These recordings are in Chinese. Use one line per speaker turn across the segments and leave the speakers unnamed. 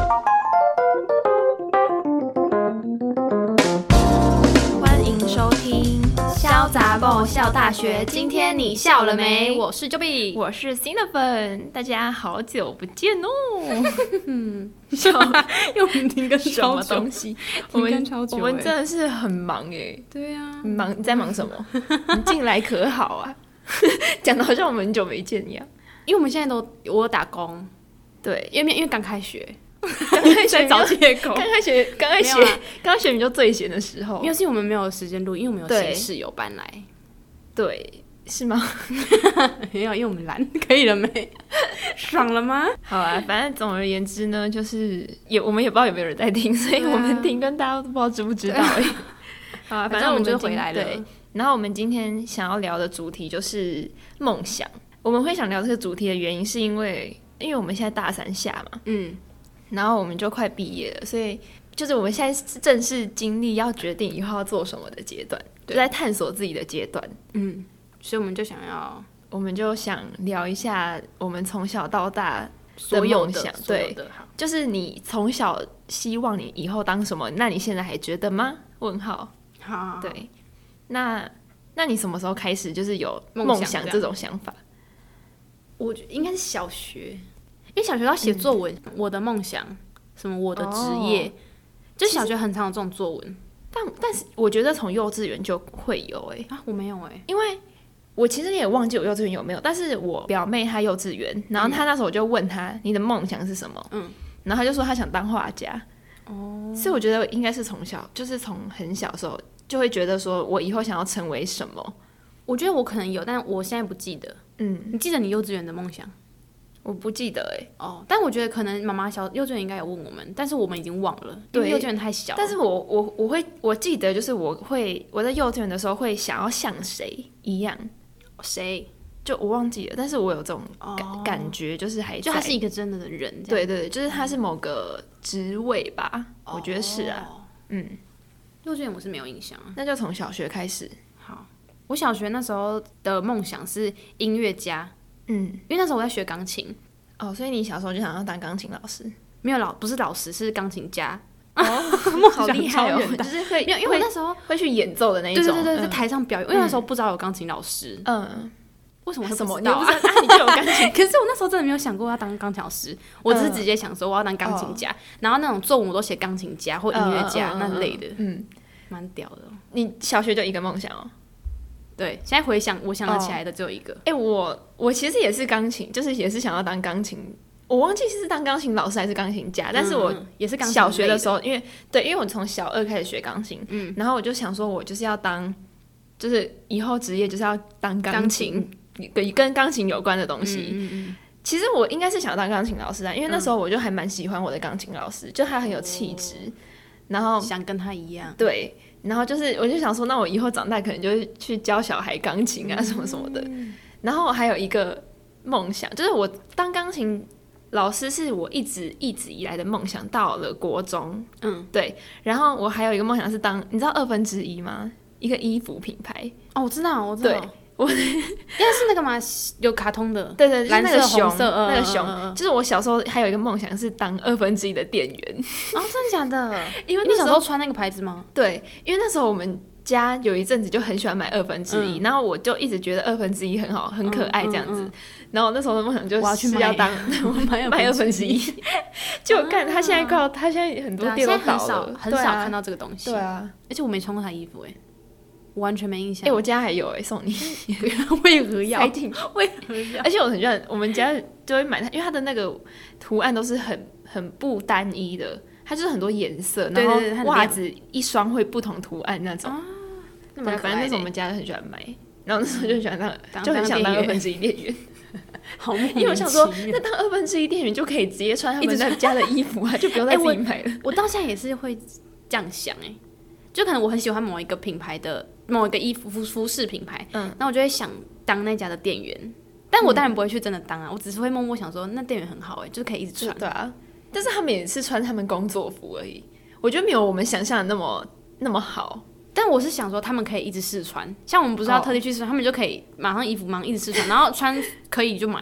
欢迎收听潇杂蹦笑大学，今天你笑了没？
我是 Joby，
我是新的粉，大家好久不见哦。
又停更
什么东西？我们真的是很忙耶。
对啊，
你忙？你在忙什么？你进来可好啊？讲的好像我们很久没见一样。
因为我们现在我有打工，
对，
因为刚开学，
在找借口。刚开学你就最闲的时候，
因为是我们没有时间录，因为我们有新室友搬来。
对，是吗？
没有，因为我们懒。可以了没？爽了吗？
好啊，反正总而言之呢，就是我们也不知道有没有人在听，所以我们停跟大家都不知道知不知道而已。好啊，反正我们就回来了。对，然后我们今天想要聊的主题就是梦想。我们会想聊这个主题的原因，是因为我们现在大三下嘛，然后我们就快毕业了，所以就是我们现在正式经历要决定以后要做什么的阶段，就在探索自己的阶段。
所以我们就
想聊一下我们从小到大
的梦
想，对，就是你從小希望你以后当什么，那你现在还觉得吗？问号。
好，
对，那你什么时候开始就是有梦想这种想法？
我觉得应该是小学，因为小学要写作文，我的梦想，什么我的职业，就小学很常有这种作文。
但是我觉得从幼稚园就会有
我没有
因为我其实也忘记我幼稚园有没有，但是我表妹她幼稚园，然后她那时候我就问她你的梦想是什么，然后她就说她想当画家。所以我觉得应该是从小，就是从很小的时候就会觉得说我以后想要成为什么。
我觉得我可能有，但我现在不记得。你记得你幼稚园的梦想？
我不记得
但我觉得可能妈妈幼稚园应该有问我们，但是我们已经忘了，因为幼稚园太小了。
但是我记得就是我在幼稚园的时候会想要像谁一样，
谁
就我忘记了，但是我有这种感觉，就是就
他是一个真的人，
对对，就是他是某个职位吧，我觉得是啊。
幼稚园我是没有印象，
那就从小学开始。
我小学那时候的梦想是音乐家，因为那时候我在学钢琴。
所以你小时候就想要当钢琴老师？
没有不是老师，是钢琴家。
好厉害哦！就是会，
因为我那时候
会去演奏的那一种，
对，在台上表演。因为那时候不知道有钢琴老师，为什么会不知道啊？
你就有钢琴？
可是我那时候真的没有想过要当钢琴老师，我只是直接想说我要当钢琴家，然后那种作文我都写钢琴家或音乐家那类的，蛮屌的。
你小学就一个梦想哦？
对，现在回想，我想得起来的只有一个。
我其实也是钢琴，就是也是想要当钢琴。我忘记是当钢琴老师还是钢琴家，但是我
也是钢琴。
小学的时候，因为我从小2开始学钢琴，然后我就想说，我就是要当，就是以后职业就是要当钢琴，跟钢琴有关的东西。其实我应该是想当钢琴老师啊，因为那时候我就还蛮喜欢我的钢琴老师，就他很有气质，然后
想跟他一样。
对。然后我就想说，那我以后长大可能就会去教小孩钢琴啊什么什么的。然后还有一个梦想，就是我当钢琴老师是我一直以来的梦想，到了国中，对。然后我还有一个梦想是你知道1/2吗？一个衣服品牌。
我知道。
对，
应该是那个嘛，有卡通的，
对，就是
蓝色、红色，
那个熊。就是我小时候还有一个梦想是当1/2的店员。
真的假的？
因为
你小时候穿那个牌子吗？
对，因为那时候我们家有一阵子就很喜欢买1/2，然后我就一直觉得1/2很好，很可爱这样子。然后那时候的梦想就是要当买1/2。就看他现在很多店都倒了，
很少看到这个东西。
对啊，
而且我没穿过他衣服完全没印象。
我家还有送你。
为何要？
而且我很喜欢，我们家就会买它，因为它的那个图案都是很不单一的，它就是很多颜色，然后袜子一双会不同图案那种。对，反正那时候我们家很喜欢买，然后那时候就喜欢就很想当1/2店员。
好莫名其妙。
因为我想说，那当1/2店员就可以直接穿他们家的衣服啊，就不用再自己买了。
我到现在也是会这样想就可能我很喜欢某一个品牌的某一个衣服服饰品牌，那我就会想当那家的店员，但我当然不会去真的当我只是会默默想说那店员很好就是可以一直穿。
对啊，但是他们也是穿他们工作服而已，我觉得没有我们想象的那么好。
但我是想说他们可以一直试穿，像我们不是要特地去试穿，他们就可以马上衣服马上一直试穿，然后穿可以就买，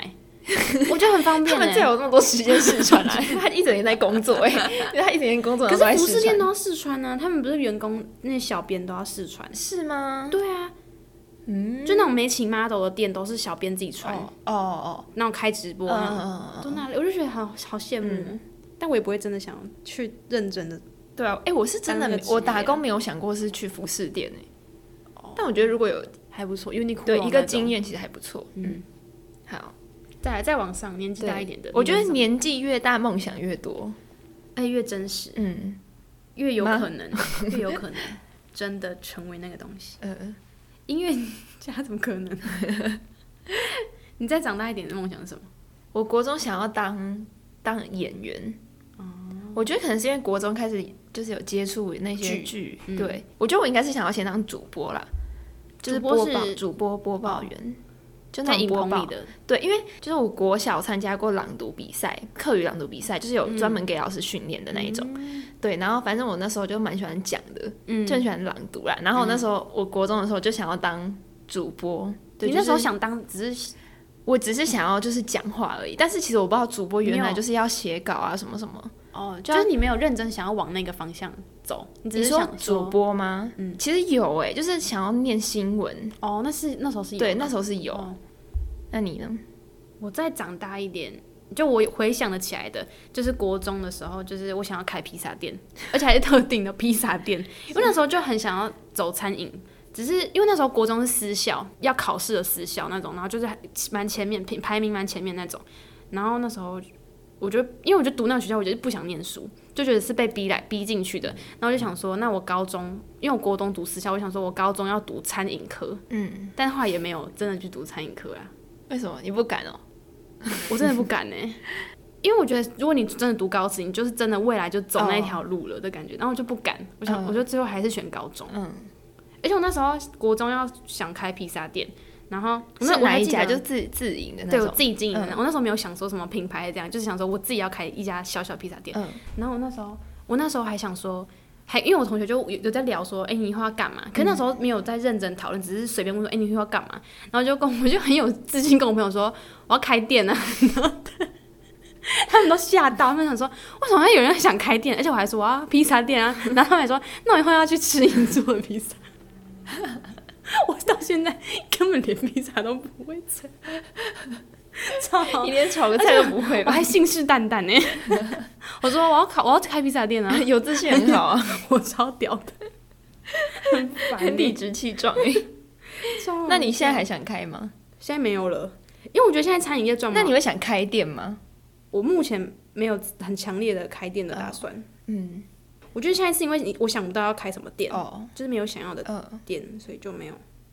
我觉得很方便。
他们才有那么多时间试穿啊，他一整天在工作因为他一整天工作，
可是服饰店都要试穿啊，他们不是员工那些小编都要试穿，
是吗？
对啊，就那种没请 model 的店都是小编自己穿，那种开直播都那里，我就觉得好羡慕，但我也不会真的想去认真的。
对啊，我是真的，我打工没有想过是去服饰店但我觉得如果有
还不错，Uniqlo
对一个经验其实还不错。好，
再往上，年纪大一点的，
我觉得年纪越大，梦想越多，
越真实，越有可能，越有可能真的成为那个东西。音乐家怎么可能？你再长大一点的梦想是什么？
我国中想要当演员。我觉得可能是因为国中开始就是有接触那些剧，对，我觉得我应该是想要先当主播啦，就是主播播报员，就那种播报的。对，因为就是我国小参加过朗读比赛，课语朗读比赛，就是有专门给老师训练的那一种。对，然后反正我那时候就蛮喜欢讲的，就很喜欢朗读啦。然后那时候我国中的时候就想要当主播。
你那时候想当
我只是想要就是讲话而已，但是其实我不知道主播原来就是要写稿啊什么什么。
就是你没有认真想要往那个方向走，你只是想
说主播吗？其实有就是想要念新闻。
那时候是有。
对，那时候是有。那你呢？
我再长大一点，就我回想得起来的，就是国中的时候，就是我想要开披萨店，而且还是特定的披萨店，因为那时候就很想要走餐饮。只是因为那时候国中是私校，要考试的私校那种，然后就是蛮前面，排名蛮前面那种。然后那时候我觉得，因为我就读那个学校，我就是不想念书，就觉得是被逼进去的。然后我就想说，那我高中，因为我国中读私校，我想说我高中要读餐饮科，但后来也没有真的去读餐饮科啊。
为什么你不敢哦？
我真的不敢因为我觉得如果你真的读高职，你就是真的未来就走那条路了的感觉。然后我就不敢，我就最后还是选高中。而且我那时候国中要想开披萨店，然后
是哪一家？就自营的那种。
对，我自己经营的。我那时候没有想说什么品牌这样，就是想说我自己要开一家小小披萨店。然后我那时候还想说，因为我同学就有在聊说，你以后要干嘛？可是那时候没有在认真讨论，只是随便问说，你以后要干嘛？然后我就很有自信跟我朋友说，我要开店啊。然后他们都吓到，他们想说为什么会有人想开店？而且我还说我要披萨店啊。然后他们还说，那我以后要去吃你做的披萨。我到现在根本连披萨都不会吃，
你连炒个菜都不会吧？
我还信誓旦旦我说我要开披萨店啊，
有自信很好啊，
我超屌的，很烦，
很理直气壮那你现在还想开吗？
现在没有了，因为我觉得现在餐饮业赚不。
那你会想开店吗？
我目前没有很强烈的开店的打算。我觉得现在是因为我想不到要开什么店，就是没有想要的店，所以就没有。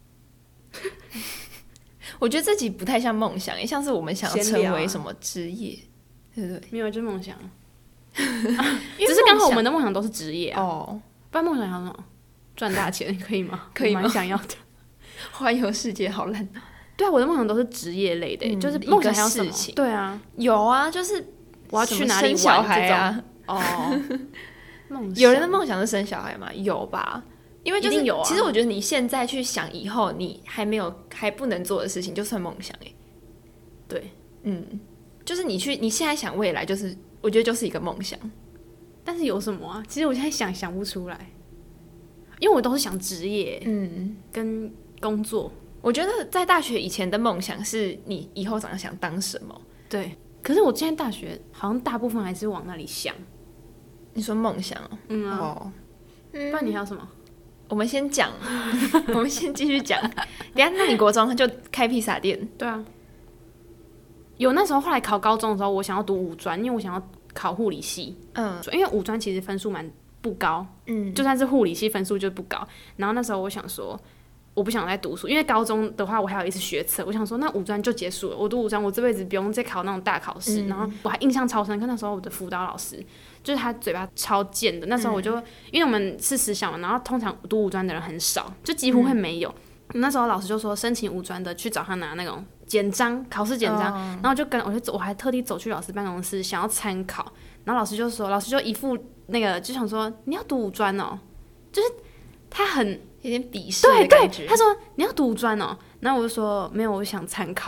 我觉得这集不太像梦想，像是我们想要成为什么职业，对不对？
没有，就是梦想。只是刚好我们的梦想都是职业不然梦想要什么？赚大钱可以吗？
可以吗？
蛮想要的。
环游世界好烂。
对啊，我的梦想都是职业类的，就是梦想要什么？对啊，
有啊，就是
我要去哪里
生小孩啊？
有
人的梦想是生小孩吗？有吧？因为就是，其实我觉得你现在去想以后你还不能做的事情，就算梦想
对，
就是你现在想未来，就是我觉得就是一个梦想。
但是有什么啊？其实我现在想不出来，因为我都是想职业，跟工作。
我觉得在大学以前的梦想是你以后长想当什么？
对。可是我现在大学好像大部分还是往那里想。
你说梦想
不然你还有什么？
我们先讲，我们先继续讲。等一下，那你国中就开披萨店？
对啊，有那时候后来考高中的时候，我想要读五专，因为我想要考护理系。因为五专其实分数蛮不高，就算是护理系分数就不高。然后那时候我想说，我不想再读书，因为高中的话我还有一次学测，我想说那五专就结束了，我读五专我这辈子不用再考那种大考试。然后我还印象超深刻，那时候我的辅导老师就是他嘴巴超贱的，那时候我就因为我们是私校嘛，然后通常读五专的人很少，就几乎会没有。那时候老师就说申请五专的去找他拿那种简章，考试简章，然后我还特地走去老师办公室想要参考，然后老师就一副那个就想说你要读五专哦，就是他很
有点鄙视的感觉。
对，他说你要读五专哦，然后我就说没有，我想参考。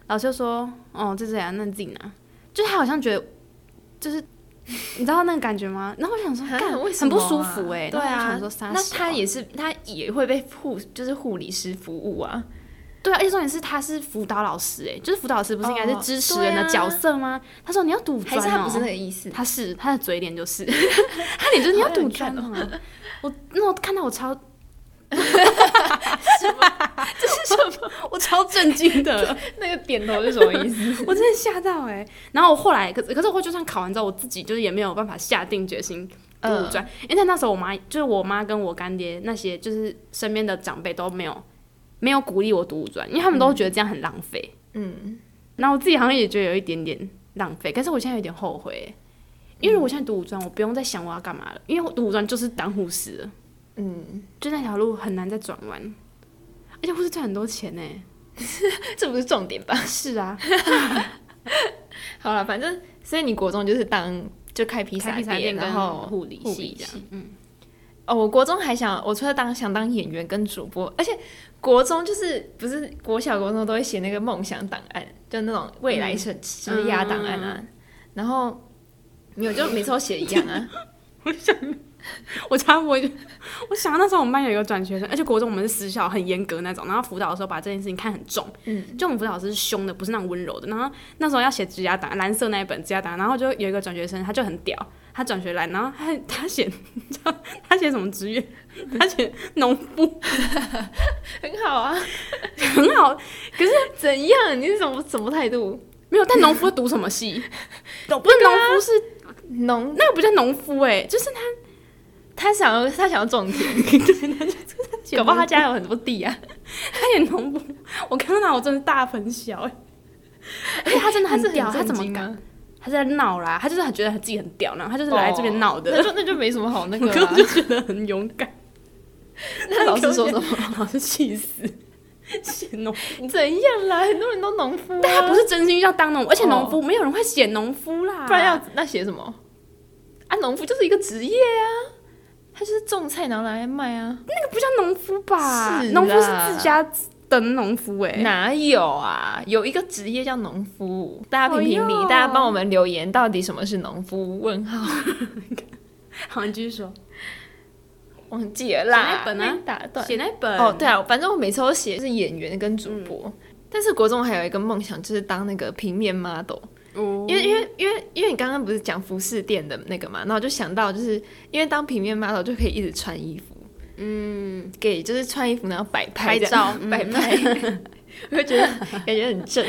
老师就说哦这样，那你自己拿，就是他好像觉得就是你知道那个感觉吗？然后我想说很不舒服哎，
对啊，那他也会被护理师服务啊。
对啊，而且重点是他是辅导老师就是辅导老师不是应该是支持人的角色吗？他说你要赌专
还是他不是那个意思？
他的嘴脸就是他脸就是你要赌专我看到我超什么？这是什么？我超震惊的。
那个点头是什么意思？
我真的吓到然后我后来，可是我就算考完之后，我自己就是也没有办法下定决心读五专，因为那时候我妈跟我干爹那些就是身边的长辈都没有鼓励我读五专，因为他们都觉得这样很浪费。然后我自己好像也觉得有一点点浪费，可是我现在有点后悔因为我现在读五专，我不用再想我要干嘛了，因为我读五专就是当护士了。就那条路很难再转弯，而且护士赚很多钱
这不是重点吧？
是啊。
好了，反正所以你国中就是就开披萨店，然后
护理系这样。
我国中我除了想当演员跟主播，而且国中就是不是国小国中都会写那个梦想档案，就那种未来职涯档案啊。然后没有，就每次都写一样啊。
我想到那时候我们班有一个转学生，而且国中我们是私校很严格那种，然后辅导的时候把这件事情看很重。就我们辅导老师是凶的，不是那种温柔的。然后那时候要写职涯档案，蓝色那一本职涯档案，然后就有一个转学生，他就很屌，他转学来，然后他写什么职业？他写农夫。
很好啊，
很好。可是
怎样？你是什么态度？
没有，但农夫读什么系？不是农夫是那个不叫农夫就是
他想要种田。对，搞不好他家有很多地啊。
他演农夫，我看到我真的大分小而且他真的很屌，他怎么敢？他在闹啦，他就是很觉得自己很屌，然后他就是来这边闹的。
那就没什么好那个
我就觉得很勇敢。
那老师说什么？
老师气死。写农夫
怎样啦？很多人都农夫
但他不是真心要当农夫，而且农夫没有人会写农夫啦。
不然那写什么？农夫就是一个职业啊，他就是种菜然后拿来卖啊。
那个不叫农夫吧？农夫是自家的农夫
哪有啊？有一个职业叫农夫，大家评评理，大家帮我们留言，到底什么是农夫？问号。
好，你继续说。
忘记了啦，
写那本啊，
打断
写那本
对啊，反正我每次都写是演员跟主播，但是国中还有一个梦想就是当那个平面 model。因为你刚刚不是讲服饰店的那个嘛，然后我就想到就是因为当平面 model 就可以一直穿衣服，给就是穿衣服然后摆拍
照
摆拍，我就觉得感觉很正。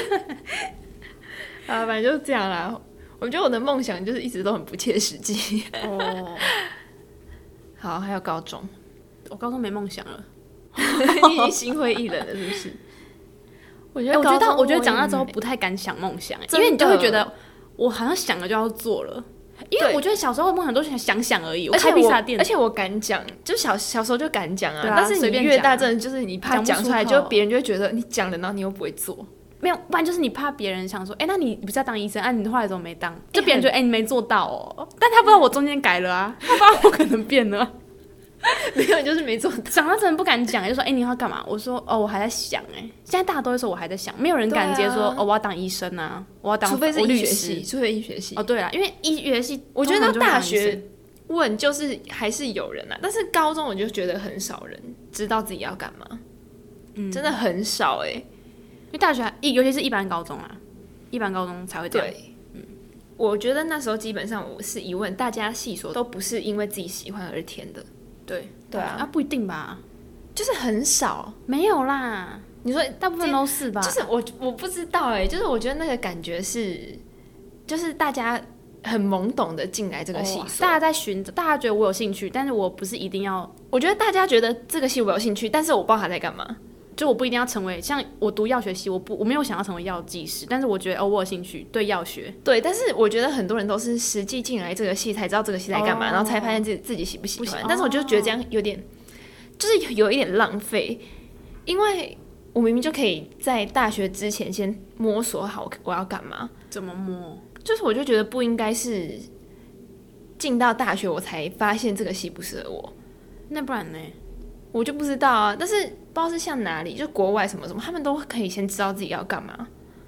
反正就是这样啦。我觉得我的梦想就是一直都很不切实际。好，还有高中，
我高中没梦想了。
你已经心灰意冷了，是不是？我觉
得长大之后不太敢想梦想，因为你就会觉得我好像想了就要做了。因为我觉得小时候的梦想都是想而已。我开披萨店，
而且我敢讲，就小时候就敢讲啊。但是你越大，真的就是你怕讲出来，就别人就会觉得你讲了，然后你又不会做。
没有，不然就是你怕别人想说，那你不是要当医生你后来怎么没当？就别人觉得你没做到哦，但他不知道我中间改了啊，他不知道我可能变了。
没有，就是没做到。
长大真的不敢讲，就说你要干嘛？我说我还在想现在大家都会说我还在想，没有人敢直接说我要当医生啊，我要当
除非是
律师，
除非医学系。
对啦，因为医学系
我觉得到大学问就是还是有人啊，但是高中我就觉得很少人知道自己要干嘛，真的很少
因为大学尤其是一般高中啊，一般高中才会这样。
对，我觉得那时候基本上我是一问大家细说都不是因为自己喜欢而填的。对啊，
不一定吧，
就是很少，
没有啦。
你说
大部分都是吧？
就是我不知道就是我觉得那个感觉是，就是大家很懵懂的进来这个系所，
大家在寻找，大家觉得我有兴趣，但是我不是一定要。
我觉得大家觉得这个系我有兴趣，但是我不知道他在干嘛。
就我不一定要成为像我读药学系，我没有想要成为药剂师，但是我觉得我有兴趣对药学。
对，但是我觉得很多人都是实际进来这个系才知道这个系在干嘛，然后才发现自己喜不喜欢。但是我就觉得这样有点，就是有一点浪费，因为我明明就可以在大学之前先摸索好我要干嘛。
怎么摸？
就是我就觉得不应该是进到大学我才发现这个系不适合我。
那不然呢？
我就不知道啊，但是不知道是像哪里，就国外什么什么，他们都可以先知道自己要干嘛。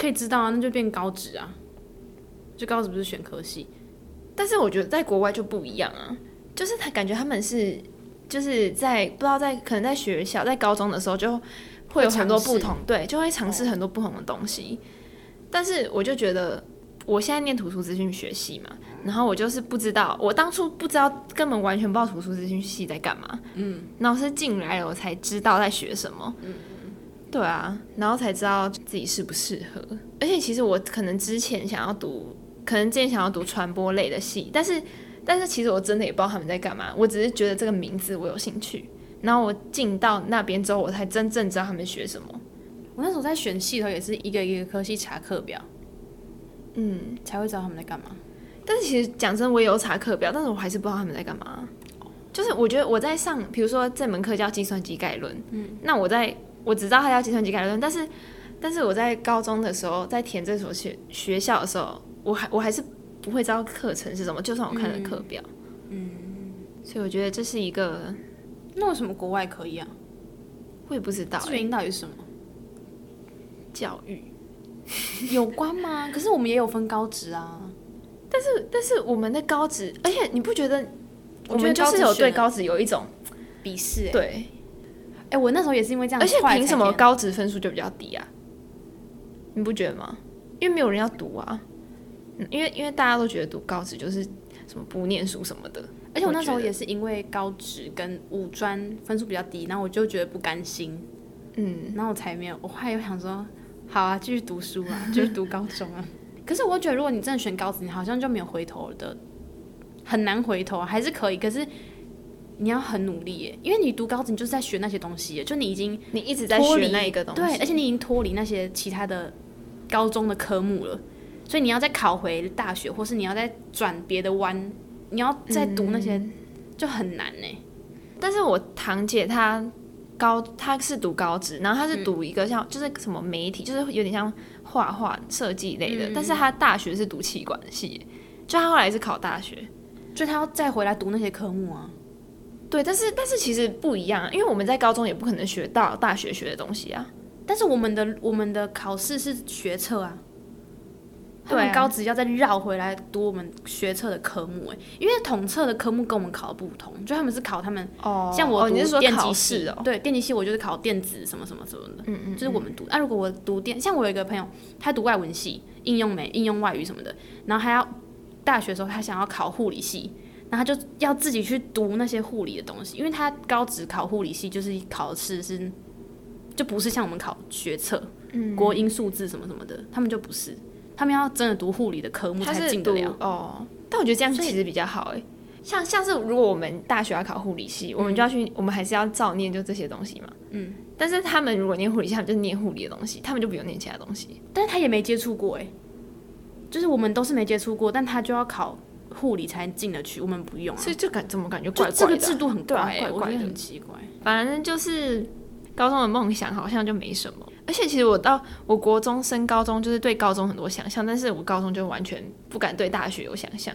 可以知道啊，那就变高职啊，就高职不是选科系，
但是我觉得在国外就不一样啊，就是感觉他们是就是在不知道可能在学校在高中的时候就会有很多不同，对，就会尝试很多不同的东西。但是我就觉得我现在念图书资讯学系嘛，然后我就是不知道，我当初不知道，根本完全不知道图书资讯系在干嘛。然后是进来了我才知道在学什么。对啊，然后才知道自己适不适合。而且其实我可能之前想要读传播类的系，但是其实我真的也不知道他们在干嘛，我只是觉得这个名字我有兴趣。然后我进到那边之后，我才真正知道他们学什么。
我那时候在选系的时候也是一个一个科系查课表，才会知道他们在干嘛。
但是其实讲真，我也有查课表，但是我还是不知道他们在干嘛。就是我觉得我在上，比如说这门课叫计算机概论，那我只知道它叫计算机概论，但是我在高中的时候，在填这所学校的时候，我还是不会知道课程是什么，就算我看了课表。所以我觉得这是一个。
那为什么国外可以啊？
我也不知道
原因到底是什么？
教育
有关吗？可是我们也有分高职啊。
但是我们的高职，而且你不觉得我们就是有对高职有一种
鄙视？
对。
我那时候也是因为这样，
而且凭什么高职分数就比较低啊？你不觉得吗？因为没有人要读啊。因为大家都觉得读高职就是什么不念书什么的。
而且我那时候也是因为高职跟五专分数比较低，然后我就觉得不甘心，然后我才没有。我后来又想说，好啊，继续读书啊，继续读高中啊。可是我觉得，如果你真的选高职，你好像就没有回头的，很难回头啊，还是可以，可是你要很努力耶，因为你读高职，你就是在学那些东西耶，就你
一直在学那一个东西，
对，而且你已经脱离那些其他的高中的科目了，所以你要再考回大学，或是你要再转别的弯。你要再读那些，就很难呢。
但是我堂姐她是读高职，然后她是读一个像就是什么媒体，就是有点像画画设计类的，但是她大学是读企管系，就她后来是考大学，
就她要再回来读那些科目啊。
对，但是其实不一样，因为我们在高中也不可能学到大学学的东西啊。
但是我们的考试是学测啊。他们高职要再绕回来读我们学测的科目，因为统测的科目跟我们考的不同，就他们是考他们，像我读电机系，对，电机系我就是考电子什么什么什么的，就是我们读。如果我读像我有一个朋友，他读外文系，应用外语什么的，然后他要大学的时候他想要考护理系，然后他就要自己去读那些护理的东西，因为他高职考护理系就是考试是，就不是像我们考学测，国英数字什么什么的，他们就不是。他们要真的读护理的科目才进得了
但我觉得这样其实比较好像是如果我们大学要考护理系，我们就要去，我们还是要照念就这些东西嘛。但是他们如果念护理系，他们就念护理的东西，他们就不用念其他东西。
但是他也没接触过就是我们都是没接触过，但他就要考护理才进得去，我们不用
所以就怎么感觉怪怪的？
这个制度很怪
怪怪的，
很奇怪。
反正就是高中的梦想好像就没什么。而且其实我到我国中升高中，就是对高中很多想象，但是我高中就完全不敢对大学有想象。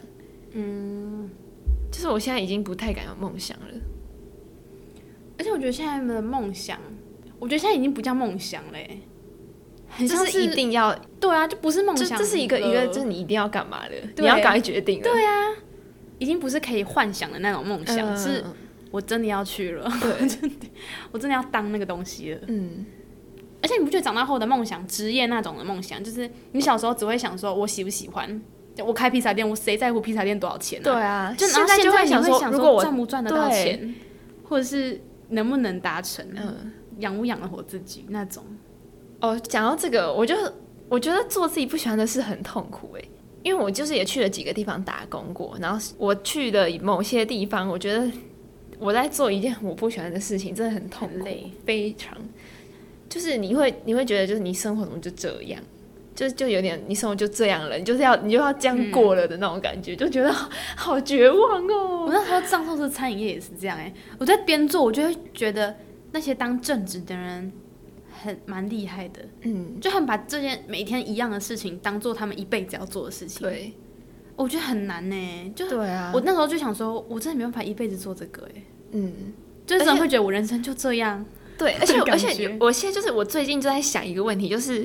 就是我现在已经不太敢有梦想了。
而且我觉得现在的梦想，我觉得现在已经不叫梦想了很像
是一定要
对啊，就不是梦想，
这是一个就是你一定要干嘛的，你要赶快决定了。
对啊，已经不是可以幻想的那种梦想，是我真的要去了，我真的要当那个东西了。而且你不觉得长大后的梦想，职业那种的梦想，就是你小时候只会想说，我喜不喜欢？我开披萨店，我谁在乎披萨店多少钱
对啊，
就
现在就会想说，如果我
赚不赚得到钱，或者是能不能达成，养不养得活自己那种。
讲到这个，我觉得做自己不喜欢的事很痛苦因为我就是也去了几个地方打工过，然后我去的某些地方，我觉得我在做一件我不喜欢的事情，真的很痛苦，非常。就是你会觉得就是你生活怎么就这样，就有点你生活就这样了，你就要这样过了的那种感觉，就觉得好绝望哦。
我那时候上寿司餐饮业也是这样我在边做，我就会觉得那些当正职的人蛮厉害的，就他们把这件每天一样的事情当做他们一辈子要做的事情。
对，
我觉得很难就
对啊。
我那时候就想说，我真的没办法一辈子做这个就真的会觉得我人生就这样。
对，而且我现在就是我最近就在想一个问题，就是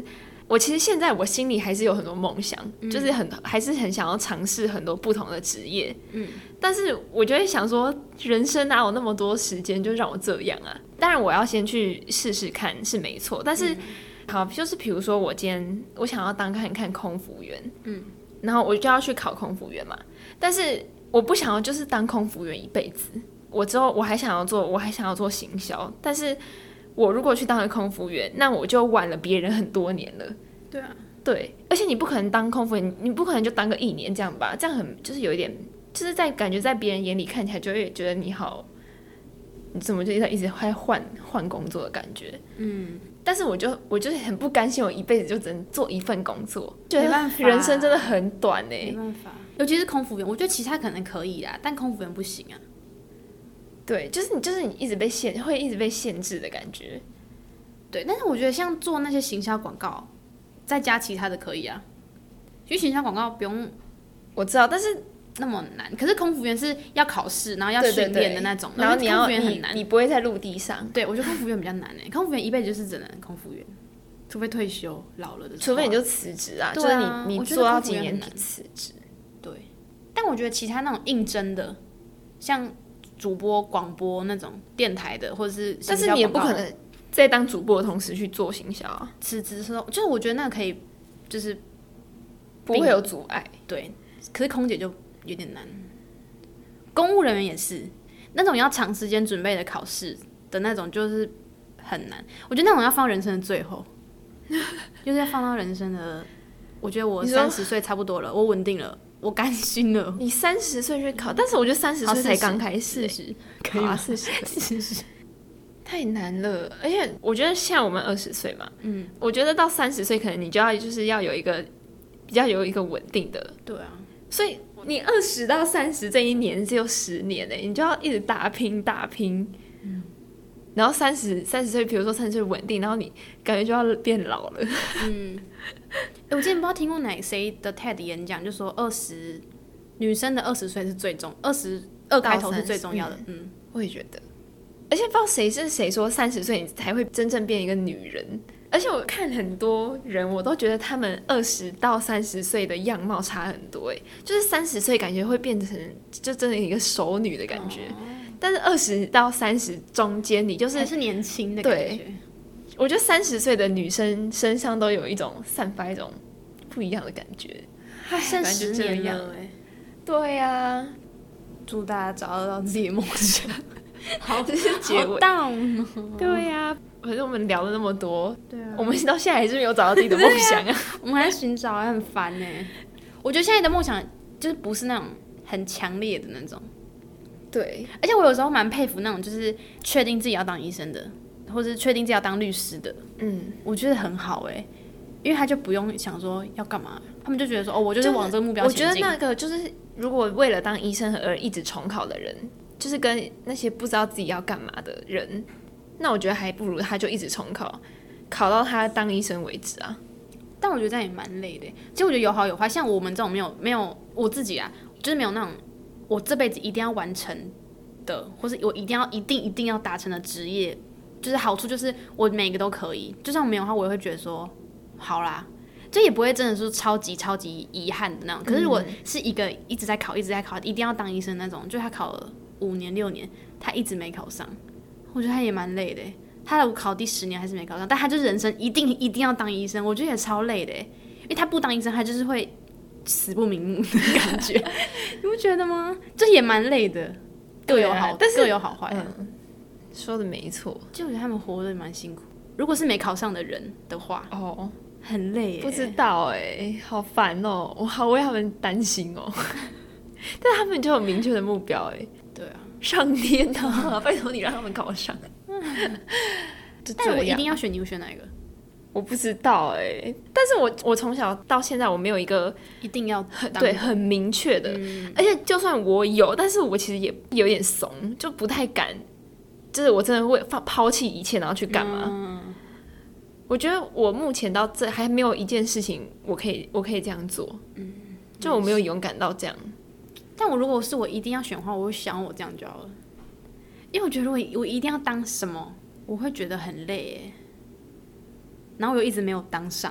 我其实现在我心里还是有很多梦想，就是还是很想要尝试很多不同的职业，但是我就会想说，人生哪有那么多时间就让我这样啊？当然我要先去试试看是没错，但是好，就是比如说我今天我想要当看空服员，然后我就要去考空服员嘛，但是我不想要就是当空服员一辈子，我之后我还想要做行销，但是我如果去当了空服员，那我就晚了别人很多年了。
对啊，
对，而且你不可能当空服员，你不可能就当个1年这样吧？这样就是有一点，就是感觉在别人眼里看起来就会觉得你好，你怎么就一直在换工作的感觉？但是我就是很不甘心，我一辈子就只能做一份工作，觉得人生真的很短
没办法。尤其是空服员，我觉得其他可能可以啦，但空服员不行啊。
对，就是你一直会一直被限制的感觉。
对，但是我觉得像做那些行销广告，再加其他的可以啊。因为行销广告不用，
我知道，但是
那么难。可是空服员是要考试，然后要训练的那种，
然后
空服员很难，
你不会在陆地上。
对，我觉得空服员比较难诶，空服员一辈子就是只能空服员，除非退休老了的时候，
除非你就辞职啊，
对啊，
就是你做到几年辞职。
对，但我觉得其他那种应征的，像主播、广播那种电台的，或者是
但是你也不可能在当主播的同时去做行销啊。
辞职的时候，就是我觉得那个可以，就是
不会有阻碍。
对，可是空姐就有点难。公务人员也是那种要长时间准备的考试的那种，就是很难。我觉得那种要放人生的最后，就是要放到人生的。我觉得我30岁差不多了，我稳定了。我甘心了。
你30岁去考，但是我觉得30岁才刚开始
，40可以吗
？40太难了，而且我觉得像我们20岁嘛，我觉得到30岁可能你就要就是要有一个比较有一个稳定的，
对啊，
所以你20到30这一年只有10年哎，你就要一直打拼，然后30岁，比如说30岁稳定，然后你感觉就要变老了。
我之前不知道听过谁的 TED 演讲，就说女生的20岁是最重，22开头是最重要的。
我也觉得，而且不知道谁说30岁你才会真正变一个女人。而且我看很多人，我都觉得他们20到30岁的样貌差很多，哎，就是30岁感觉会变成就真的一个熟女的感觉。但是20到30中间，你就是
还是年轻的感觉。
对，我觉得30岁的女生身上都有散发一种不一样的感觉。
剩10年了哎。
对呀，
祝大家找得到自己的梦想。
好，这是结尾。对呀，可是我们聊了那么多，对啊，我们到现在还是没有找到自己的梦想啊。
我们还在寻找，还很烦呢。我觉得现在的梦想就是不是那种很强烈的那种。
对，
而且我有时候蛮佩服那种就是确定自己要当医生的，或者确定自己要当律师的。我觉得很好哎，因为他就不用想说要干嘛，他们就觉得说我就是往这个目标前进。
我觉得那个就是如果为了当医生而一直重考的人，就是跟那些不知道自己要干嘛的人，那我觉得还不如他就一直重考，考到他当医生为止啊。
但我觉得这样也蛮累的。其实我觉得有好有坏，像我们这种没有我自己啊，就是没有那种我这辈子一定要完成的，或是我一定要达成的职业，就是好处就是我每个都可以。就算没有的话，我也会觉得说好啦，这也不会真的是超级遗憾的那种。可是如果是一个一直在考，一定要当医生那种，就是他考了5年6年，他一直没考上，我觉得他也蛮累的。他考第10年还是没考上，但他就是人生一定要当医生，我觉得也超累的。因为他不当医生，他就是会死不瞑目的感觉，你不觉得吗？这也蛮累的，各有好，但是各有好坏。
说的没错，
就我觉得他们活得蛮辛苦。如果是没考上的人的话，很累。
不知道好烦哦，我好为他们担心哦。但他们就有明确的目标
对啊，
上天啊，拜托你让他们考上。
但我一定要选，你会选哪一个？
我不知道但是我从小到现在我没有一个
一定要
很明确的，而且就算我有，但是我其实也有点怂，就不太敢，就是我真的会抛弃一切然后去干嘛。我觉得我目前到这还没有一件事情我可以这样做，就我没有勇敢到这样。
但如果是我一定要选的话，我会想我这样就好了，因为我觉得如果我一定要当什么，我会觉得很累然后我又一直没有当上，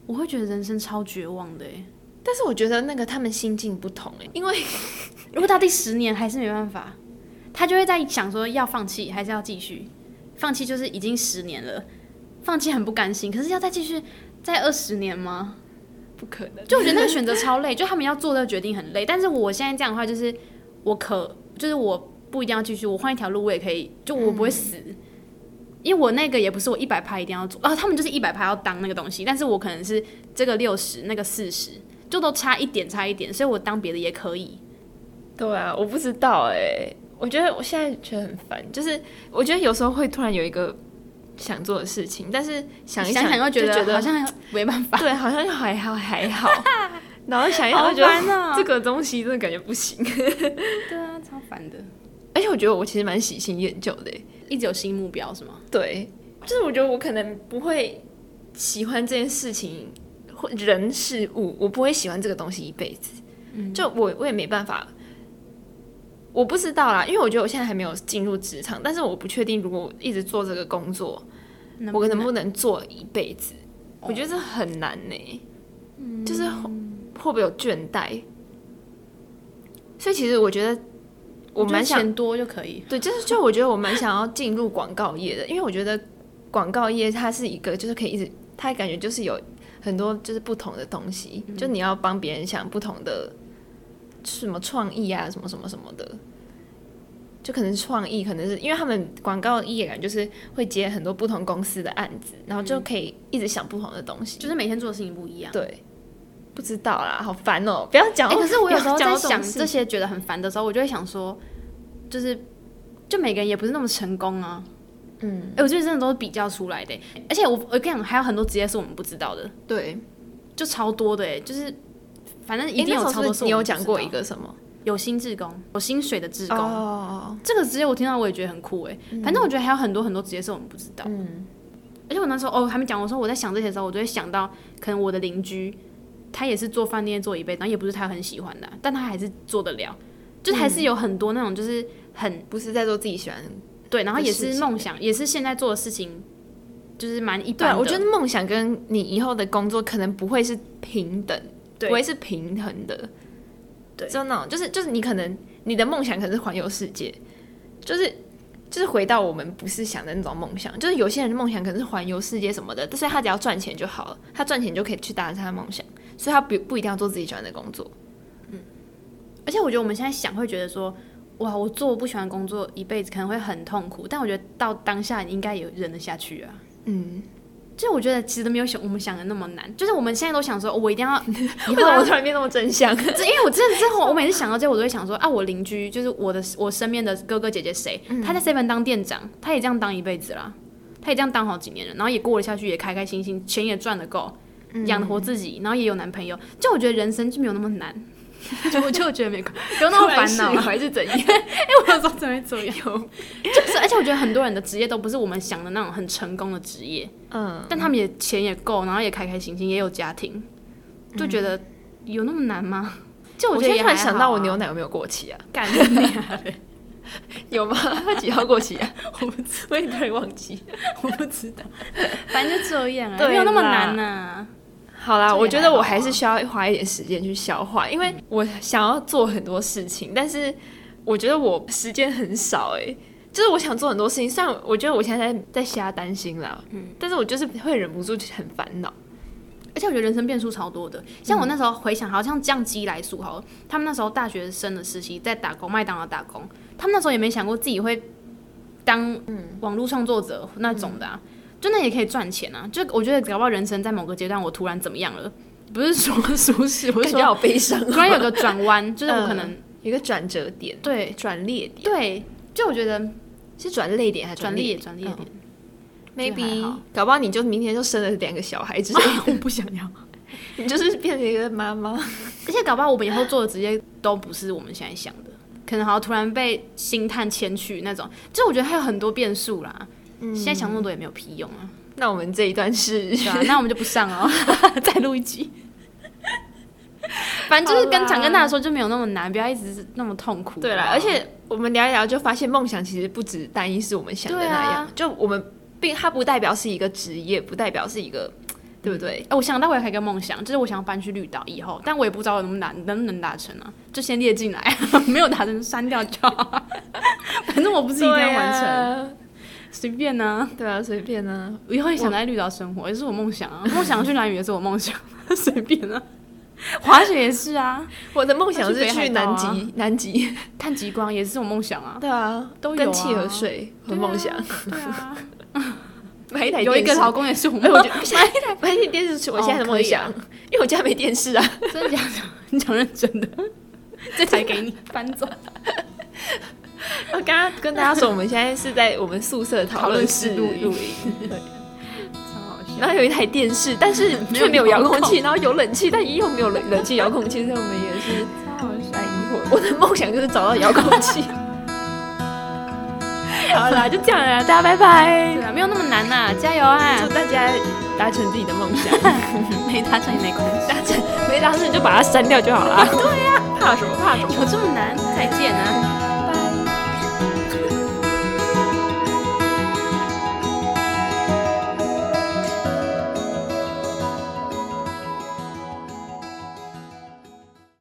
我会觉得人生超绝望的
但是我觉得那个他们心境不同因为
如果到第10年还是没办法，他就会在想说要放弃还是要继续。放弃就是已经10年了，放弃很不甘心，可是要再继续再20年吗？
不可能。
就我觉得那个选择超累，就他们要做这个决定很累。但是我现在这样的话，就是就是我不一定要继续，我换一条路我也可以，就我不会死。因为我那个也不是我100%一定要做他们就是100%要当那个东西，但是我可能是这个60，那个40，就都差一点，所以我当别的也可以。
对啊，我不知道我觉得我现在觉得很烦，就是我觉得有时候会突然有一个想做的事情，但是想一想
又觉得好像没办法，
对，好像还好，然后想一想就觉得这个东西真的感觉不行。
对啊，超烦的。
而且我觉得我其实蛮喜新厌旧的
一直有新目标是吗？
对，就是我觉得我可能不会喜欢这件事情或人事物，我不会喜欢这个东西一辈子。就我也没办法。我不知道啦，因为我觉得我现在还没有进入职场，但是我不确定如果我一直做这个工作，我能不能做一辈子？我觉得这很难就是会不会有倦怠？所以其实我觉得我蛮想
钱多就可以。
对，就我觉得我蛮想要进入广告业的，因为我觉得广告业它是一个就是可以一直，它感觉就是有很多就是不同的东西，就你要帮别人想不同的。什么创意啊，什么什么什么的，就可能是创意，可能是因为他们广告业感就是会接很多不同公司的案子，然后就可以一直想不同的东西，
就是每天做的事情不一样。
对，不知道啦，好烦哦！不要讲。
可是我有时候在想这些觉得很烦的时候，我就会想说，就每个人也不是那么成功啊。我觉得真的都是比较出来的，而且我跟你讲，还有很多职业是我们不知道的。
对，
就超多的就是。反正一定有超多。
你有讲过一个什么？
有薪志工，有薪水的志工。这个职业我听到我也觉得很酷反正我觉得还有很多很多职业是我们不知道。而且我那时候还没讲，我说我在想这些的时候，我就会想到可能我的邻居，他也是做饭店做一辈子，然后也不是他很喜欢的，但他还是做得了，就还是有很多那种就是很
不是在做自己喜欢的
对，然后也是梦想，也是现在做的事情，就是蛮一般的。
对，我觉得梦想跟你以后的工作可能不会是平等。不会是平衡的，对，就那种，就是你可能你的梦想可能是环游世界，就是回到我们不是想的那种梦想，就是有些人的梦想可能是环游世界什么的，所以他只要赚钱就好了，他赚钱就可以去达成他的梦想，所以他不一定要做自己喜欢的工作。
而且我觉得我们现在想会觉得说，哇，我做我不喜欢的工作一辈子可能会很痛苦，但我觉得到当下你应该也忍得下去啊。就我觉得其实都没有我们想的那么难，就是我们现在都想说，我一定要，
为什么我突然变那么真相？
因为我真的之后，我每次想到这些，我都会想说啊，我邻居就是我身边的哥哥姐姐谁，他在 7 当店长，他也这样当一辈子啦，他也这样当好几年了，然后也过了下去，也开开心心，钱也赚得够，养得活自己，然后也有男朋友，就我觉得人生就没有那么难。我就觉得没关系，不用那么烦恼，
还是怎样？
我有时候真会这样，就是而且我觉得很多人的职业都不是我们想的那种很成功的职业，但他们也钱也够，然后也开开心心，也有家庭，就觉得有那么难吗？就
我
觉得
突然想到，我牛奶有没有过期啊？
干你啊！
有吗？它几号过期啊？我也突然忘记，
我不知道，反正就这样啊，没有那么难啊。
好啦，我觉得我还是需要花一点时间去消化，因为我想要做很多事情，但是我觉得我时间很少就是我想做很多事情，虽然我觉得我现在在瞎担心啦，但是我就是会忍不住很烦恼，
而且我觉得人生变数超多的，像我那时候回想，好像降鸡来数好了，他们那时候大学生的实习在打工，麦当劳打工，他们那时候也没想过自己会当网络创作者那种的就那也可以赚钱啊！就我觉得搞不好人生在某个阶段，我突然怎么样了？不是说舒适，我是说
好悲伤。
突然有个转弯，就是我可能
有一个转折点，
对，
转捩点，
对，就我觉得
是转捩点还是
转捩点
？maybe 搞不好你就明天就生了2个小孩之类的，
我不想要，
你就是变成一个妈妈。
而且搞不好我们以后做的职业都不是我们现在想的，可能好像突然被星探牵去那种，就我觉得还有很多变数啦。现在想那么多也没有屁用啊。
那我们这一段是，
那我们就不上哦，再录一集。反正就是想跟大家说，就没有那么难，不要一直那么痛苦。
对啦，而且我们聊一聊就发现，梦想其实不止单一是我们想的那样。就我们它不代表是一个职业，不代表是一个对不对？
我想到我还有一个梦想，就是我想要搬去绿岛以后，但我也不知道能不能达成啊，就先列进来，没有达成删掉就好。反正我不是一定要完成，随便啊。
对啊，随便啊。
我以后也想在绿岛生活，也是我梦想啊。梦想去兰屿也是我梦想，随便啊。滑雪也是啊，
我的梦想是去南极
看极光，也是我梦想啊。
对啊，都有啊。跟企鹅睡和梦想。
对啊。
买一台电视，
有一个老公也是我梦想。
买一台电视是我现在的梦想，因为我家没电视啊。
真的假的？你讲认真的？这台给你搬走。
我刚刚跟大家说，我们现在是在我们宿舍讨论室录音，
超好笑。
然后有一台电视，但是却没有遥控器，然后有冷气，但又没有冷气遥控器，所以我们也是
超好笑。
我的梦想就是找到遥控器。好啦，就这样啦，大家拜拜。
对啊，没有那么难啦，加油啊！
祝大家达成自己的梦想。
没达成也没关系，
没达成就把它删掉就好了。
对呀，
怕什么？
有这么难？再见啊！